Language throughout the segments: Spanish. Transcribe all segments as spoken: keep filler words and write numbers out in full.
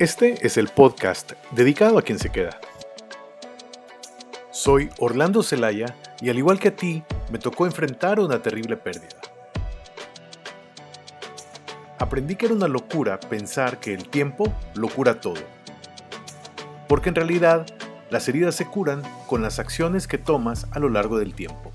Este es el podcast dedicado a quien se queda. Soy Orlando Zelaya y al igual que a ti, me tocó enfrentar una terrible pérdida. Aprendí que era una locura pensar que el tiempo lo cura todo. Porque en realidad, las heridas se curan con las acciones que tomas a lo largo del tiempo.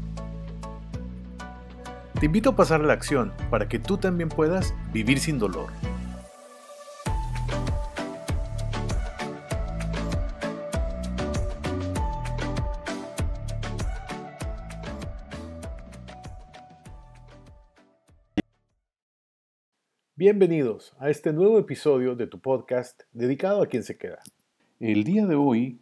Te invito a pasar a la acción para que tú también puedas vivir sin dolor. Bienvenidos a este nuevo episodio de tu podcast dedicado a quien se queda. El día de hoy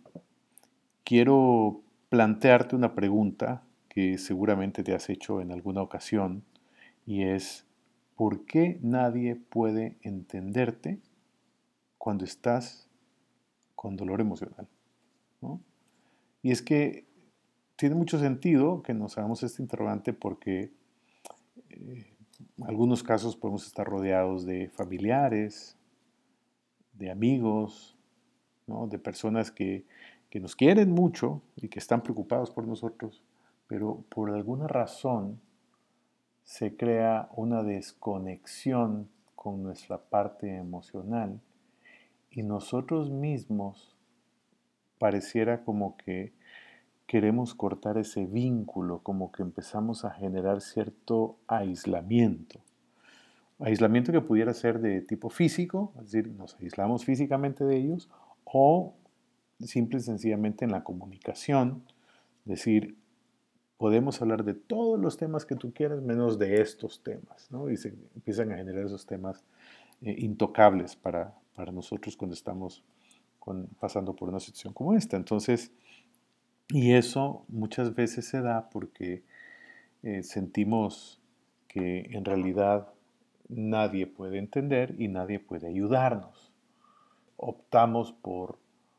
quiero plantearte una pregunta que seguramente te has hecho en alguna ocasión y es ¿por qué nadie puede entenderte cuando estás con dolor emocional? ¿No? Y es que tiene mucho sentido que nos hagamos este interrogante porque eh, en algunos casos podemos estar rodeados de familiares, de amigos, ¿no? De personas que, que nos quieren mucho y que están preocupados por nosotros, pero por alguna razón se crea una desconexión con nuestra parte emocional y nosotros mismos pareciera como que queremos cortar ese vínculo, como que empezamos a generar cierto aislamiento. Aislamiento que pudiera ser de tipo físico, es decir, nos aislamos físicamente de ellos, o simple y sencillamente en la comunicación, decir, podemos hablar de todos los temas que tú quieras, menos de estos temas, ¿no? Y se empiezan a generar esos temas eh, intocables para, para nosotros cuando estamos con, pasando por una situación como esta. Entonces, y eso muchas veces se da porque eh, sentimos que en realidad nadie puede entender y nadie puede ayudarnos. Optamos por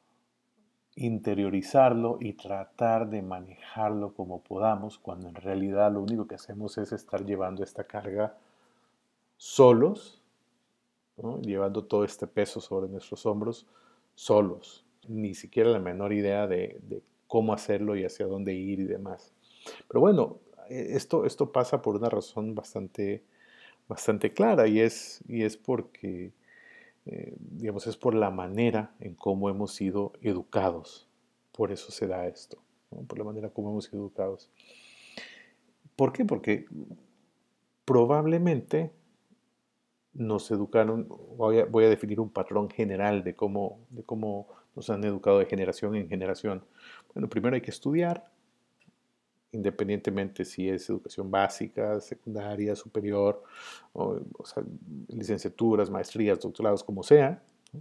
interiorizarlo y tratar de manejarlo como podamos, cuando en realidad lo único que hacemos es estar llevando esta carga solos, ¿no? Llevando todo este peso sobre nuestros hombros solos, ni siquiera la menor idea de, de cómo hacerlo y hacia dónde ir y demás. Pero bueno, esto, esto pasa por una razón bastante, bastante clara y es, y es porque Eh, digamos, es por la manera en cómo hemos sido educados. Por eso se da esto, ¿no? Por la manera como hemos sido educados. ¿Por qué? Porque probablemente nos educaron, voy a, voy a definir un patrón general de cómo, de cómo nos han educado de generación en generación. Bueno, primero hay que estudiar, independientemente si es educación básica, secundaria, superior, o, o sea, licenciaturas, maestrías, doctorados, como sea, ¿no?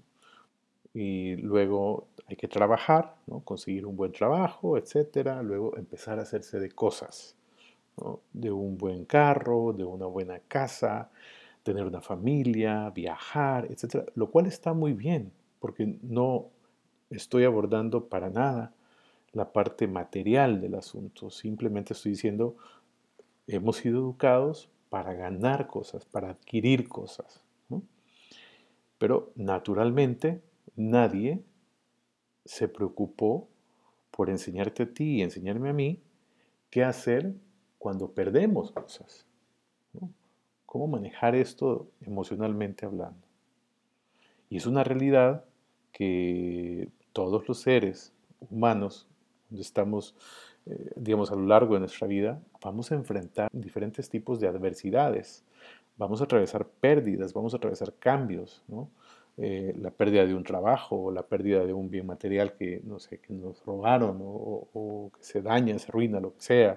Y luego hay que trabajar, ¿no? Conseguir un buen trabajo, etcétera. Luego empezar a hacerse de cosas, ¿no? De un buen carro, de una buena casa, tener una familia, viajar, etcétera. Lo cual está muy bien, porque no estoy abordando para nada la parte material del asunto. Simplemente estoy diciendo, hemos sido educados para ganar cosas, para adquirir cosas, ¿no? Pero naturalmente nadie se preocupó por enseñarte a ti y enseñarme a mí qué hacer cuando perdemos cosas, ¿no? Cómo manejar esto emocionalmente hablando. Y es una realidad que todos los seres humanos, donde estamos, eh, digamos, a lo largo de nuestra vida, vamos a enfrentar diferentes tipos de adversidades. Vamos a atravesar pérdidas, vamos a atravesar cambios, ¿no? Eh, la pérdida de un trabajo o la pérdida de un bien material que, no sé, que nos robaron o, o que se daña, se arruina, lo que sea.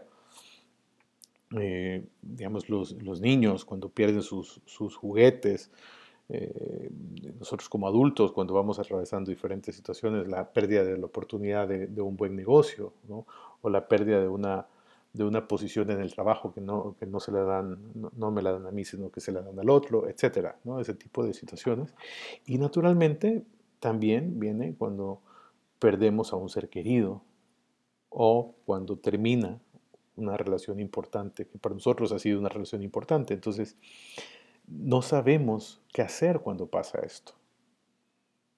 Eh, digamos, los, los niños cuando pierden sus, sus juguetes, eh, nosotros como adultos cuando vamos atravesando diferentes situaciones, la pérdida de la oportunidad de, de un buen negocio, ¿no? O la pérdida de una, de una posición en el trabajo que no, que no se la dan, no, no me la dan a mí, sino que se la dan al otro, etcétera, ¿no? Ese tipo de situaciones. Y naturalmente también viene cuando perdemos a un ser querido o cuando termina una relación importante, que para nosotros ha sido una relación importante. Entonces, no sabemos qué hacer cuando pasa esto.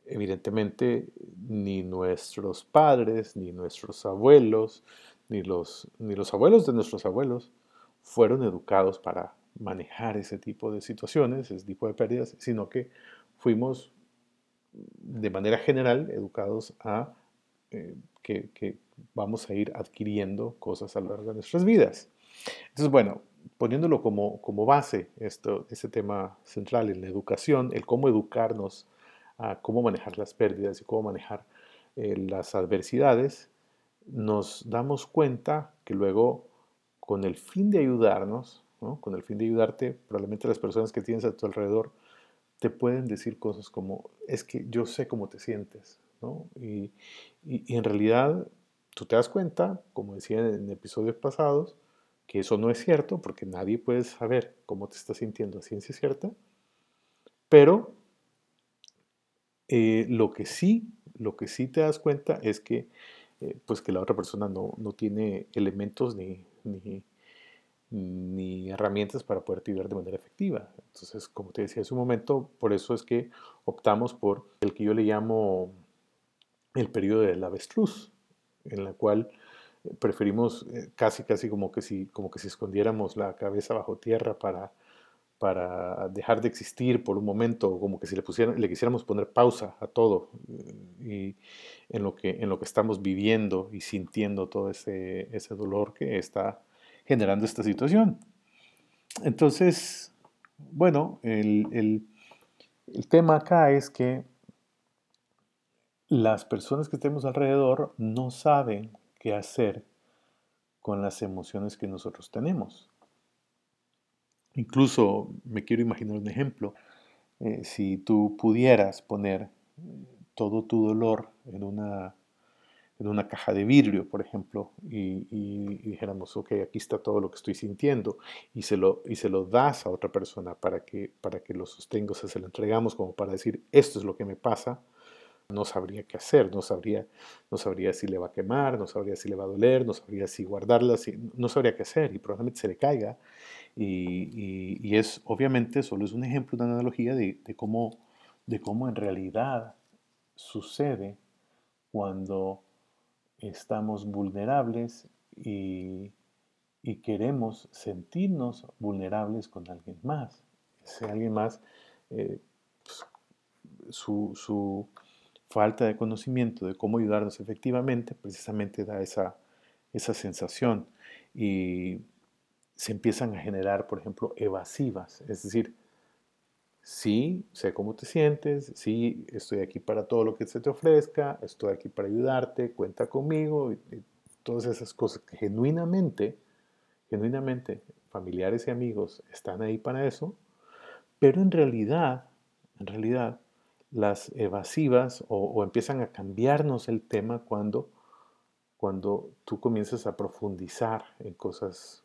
evidentemente ni nuestros padres, ni nuestros abuelos, ni los, ni los abuelos de nuestros abuelos fueron educados para manejar ese tipo de situaciones, ese tipo de pérdidas, sino que fuimos de manera general educados a eh, que, que vamos a ir adquiriendo cosas a lo largo de nuestras vidas. Entonces, bueno, poniéndolo como, como base, esto, ese tema central en la educación, el cómo educarnos a cómo manejar las pérdidas y cómo manejar eh, las adversidades, nos damos cuenta que luego, con el fin de ayudarnos, ¿no? Con el fin de ayudarte, probablemente las personas que tienes a tu alrededor te pueden decir cosas como, es que yo sé cómo te sientes, ¿no? Y, y, y en realidad tú te das cuenta, como decía en episodios pasados, que eso no es cierto porque nadie puede saber cómo te estás sintiendo a ciencia cierta, pero eh, lo que sí, lo que sí te das cuenta es que, eh, pues que la otra persona no, no tiene elementos ni, ni, ni herramientas para poder ayudar de manera efectiva. Entonces, como te decía hace un momento, por eso es que optamos por el que yo le llamo el periodo del avestruz, en la cual preferimos eh, casi, casi como que si, como que si escondiéramos la cabeza bajo tierra para, para dejar de existir por un momento, como que si le, pusieran, le quisiéramos poner pausa a todo y en lo que, en lo que estamos viviendo y sintiendo todo ese, ese dolor que está generando esta situación. Entonces, bueno, el, el, el tema acá es que las personas que tenemos alrededor no saben qué hacer con las emociones que nosotros tenemos. Incluso me quiero imaginar un ejemplo. Eh, si tú pudieras poner todo tu dolor en una, en una caja de vidrio, por ejemplo, y, y- y dijéramos, ok, aquí está todo lo que estoy sintiendo, y se lo, y se lo das a otra persona para que, para que lo sostenga, o sea, se lo entregamos como para decir, esto es lo que me pasa, no sabría qué hacer, no sabría, no sabría si le va a quemar, no sabría si le va a doler, no sabría si guardarla, si, no sabría qué hacer y probablemente se le caiga. Y, y- y es, obviamente, solo es un ejemplo, una analogía de, de cómo, de cómo en realidad sucede cuando estamos vulnerables y, y queremos sentirnos vulnerables con alguien más. Ese alguien más, eh, pues, su, su falta de conocimiento de cómo ayudarnos efectivamente, precisamente da esa, esa sensación. Y se empiezan a generar, por ejemplo, evasivas. Es decir, sí, sé cómo te sientes, sí, estoy aquí para todo lo que se te ofrezca, estoy aquí para ayudarte, cuenta conmigo, y, y todas esas cosas que genuinamente, genuinamente, familiares y amigos están ahí para eso, pero en realidad, en realidad, las evasivas o, o empiezan a cambiarnos el tema cuando, cuando tú comienzas a profundizar en cosas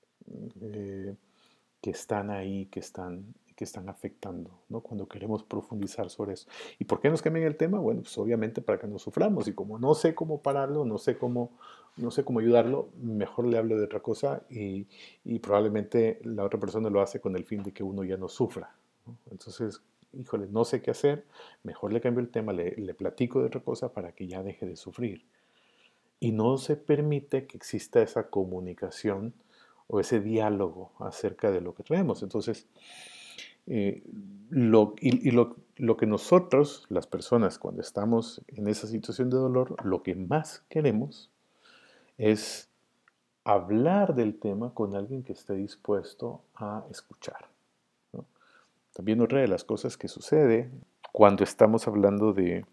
eh, que están ahí, que están, que están afectando, ¿no? Cuando queremos profundizar sobre eso. ¿Y por qué nos cambian el tema? Bueno, pues obviamente para que no suframos. Y como no sé cómo pararlo, no sé cómo, no sé cómo ayudarlo, mejor le hablo de otra cosa y, y probablemente la otra persona lo hace con el fin de que uno ya no sufra, ¿no? Entonces, híjole, no sé qué hacer, mejor le cambio el tema, le, le platico de otra cosa para que ya deje de sufrir. Y no se permite que exista esa comunicación o ese diálogo acerca de lo que traemos. Entonces, eh, lo, y, y lo, lo que nosotros, las personas, cuando estamos en esa situación de dolor, lo que más queremos es hablar del tema con alguien que esté dispuesto a escuchar, ¿no? También otra de las cosas que sucede cuando estamos hablando de,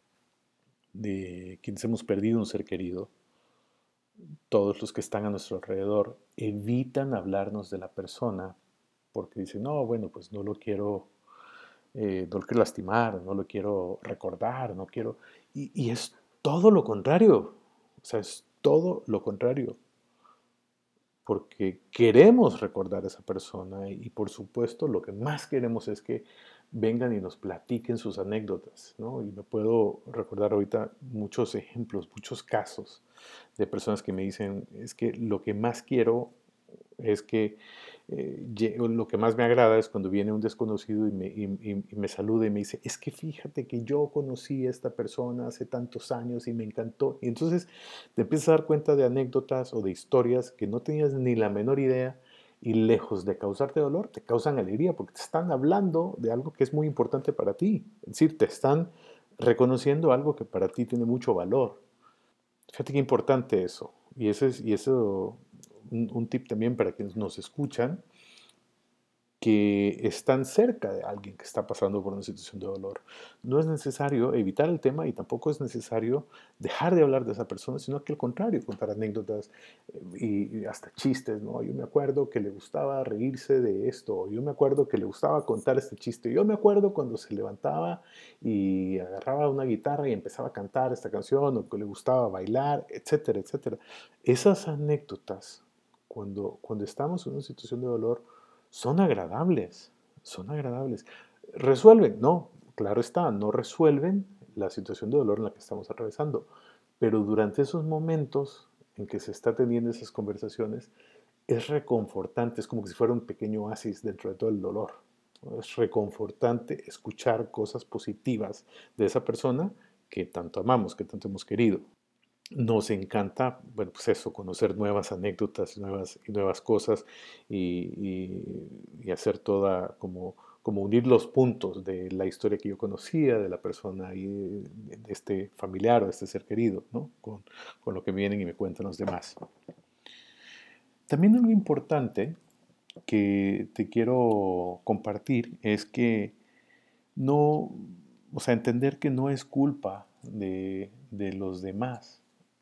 de quienes hemos perdido un ser querido, todos los que están a nuestro alrededor evitan hablarnos de la persona porque dicen, no, bueno, pues no lo quiero, eh, no lo quiero lastimar, no lo quiero recordar, no quiero... Y, y es todo lo contrario, o sea, es todo lo contrario, porque queremos recordar a esa persona y, y por supuesto lo que más queremos es que vengan y nos platiquen sus anécdotas, ¿no? Y me puedo recordar ahorita muchos ejemplos, muchos casos de personas que me dicen, es que lo que más quiero es que eh, lo que más me agrada es cuando viene un desconocido y me, y, y, y me saluda y me dice, es que fíjate que yo conocí a esta persona hace tantos años y me encantó. Y entonces te empiezas a dar cuenta de anécdotas o de historias que no tenías ni la menor idea, y lejos de causarte dolor, te causan alegría porque te están hablando de algo que es muy importante para ti. Es decir, te están reconociendo algo que para ti tiene mucho valor. Fíjate qué importante eso. Y, ese es, y eso, un, un tip también para quienes nos escuchan, que están cerca de alguien que está pasando por una situación de dolor. No es necesario evitar el tema y tampoco es necesario dejar de hablar de esa persona, sino que al contrario, contar anécdotas y, y hasta chistes, ¿no? Yo me acuerdo que le gustaba reírse de esto, yo me acuerdo que le gustaba contar este chiste, yo me acuerdo cuando se levantaba y agarraba una guitarra y empezaba a cantar esta canción, o que le gustaba bailar, etcétera, etcétera. Esas anécdotas, cuando, cuando estamos en una situación de dolor, son agradables, son agradables. ¿Resuelven? No, claro está, no resuelven la situación de dolor en la que estamos atravesando, pero durante esos momentos en que se está teniendo esas conversaciones, es reconfortante, es como si fuera un pequeño oasis dentro de todo el dolor. Es reconfortante escuchar cosas positivas de esa persona que tanto amamos, que tanto hemos querido. Nos encanta, bueno, pues eso, conocer nuevas anécdotas, nuevas, y nuevas cosas y, y, y hacer toda, como, como unir los puntos de la historia que yo conocía, de la persona y de, de este familiar o de este ser querido, ¿no? Con, con lo que vienen y me cuentan los demás. También algo importante que te quiero compartir es que no, o sea, entender que no es culpa de, de los demás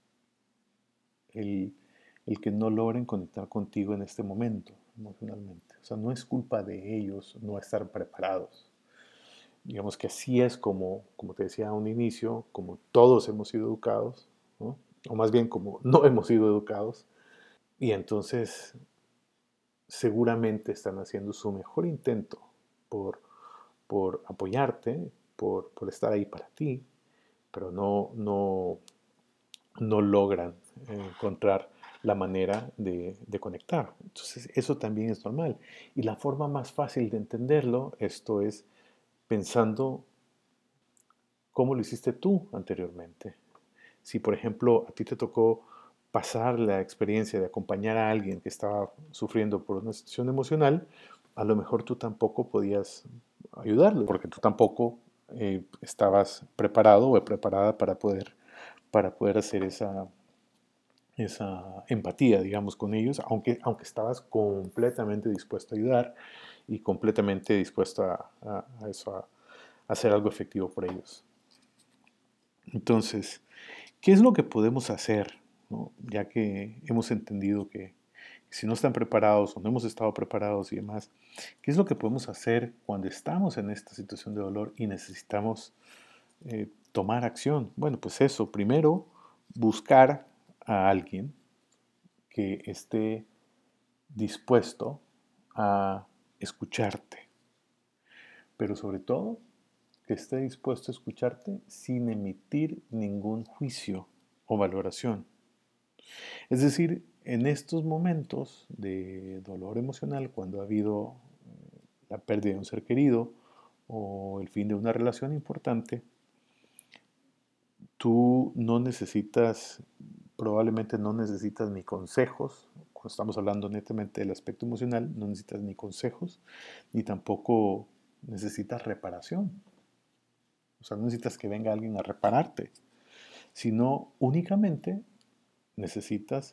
El, el que no logren conectar contigo en este momento emocionalmente. O sea, no es culpa de ellos no estar preparados. Digamos que así es como, como te decía a un inicio, como todos hemos sido educados, ¿no? O más bien como no hemos sido educados, y entonces seguramente están haciendo su mejor intento por, por apoyarte, por, por estar ahí para ti, pero no, no, no logran encontrar la manera de, de conectar. Entonces, eso también es normal. Y la forma más fácil de entenderlo, esto es pensando cómo lo hiciste tú anteriormente. Si, por ejemplo, a ti te tocó pasar la experiencia de acompañar a alguien que estaba sufriendo por una situación emocional, a lo mejor tú tampoco podías ayudarlo, porque tú tampoco eh, estabas preparado o preparada para poder, para poder hacer esa, esa empatía, digamos, con ellos, aunque, aunque estabas completamente dispuesto a ayudar y completamente dispuesto a, a, a eso, a, a hacer algo efectivo por ellos. Entonces, ¿qué es lo que podemos hacer, ¿no? Ya que hemos entendido que si no están preparados o no hemos estado preparados y demás, ¿qué es lo que podemos hacer cuando estamos en esta situación de dolor y necesitamos eh, tomar acción? Bueno, pues eso, primero, buscar a alguien que esté dispuesto a escucharte, pero sobre todo que esté dispuesto a escucharte sin emitir ningún juicio o valoración. Es decir, en estos momentos de dolor emocional, cuando ha habido la pérdida de un ser querido o el fin de una relación importante, tú no necesitas, probablemente no necesitas ni consejos. Cuando estamos hablando netamente del aspecto emocional, no necesitas ni consejos, ni tampoco necesitas reparación. O sea, no necesitas que venga alguien a repararte, sino únicamente necesitas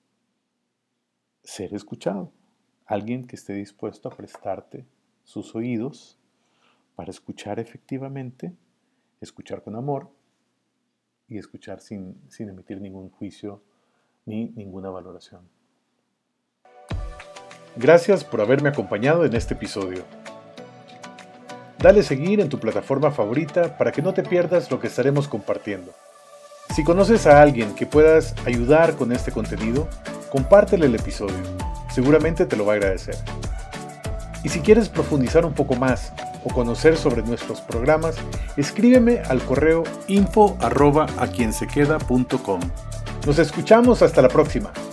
ser escuchado. Alguien que esté dispuesto a prestarte sus oídos para escuchar efectivamente, escuchar con amor y escuchar sin, sin emitir ningún juicio ni ninguna valoración. Gracias por haberme acompañado en este episodio. Dale seguir en tu plataforma favorita para que no te pierdas lo que estaremos compartiendo. Si conoces a alguien que puedas ayudar con este contenido, compártele el episodio. Seguramente te lo va a agradecer. Y si quieres profundizar un poco más o conocer sobre nuestros programas, escríbeme al correo info arroba a quien se queda punto com. Nos escuchamos hasta la próxima.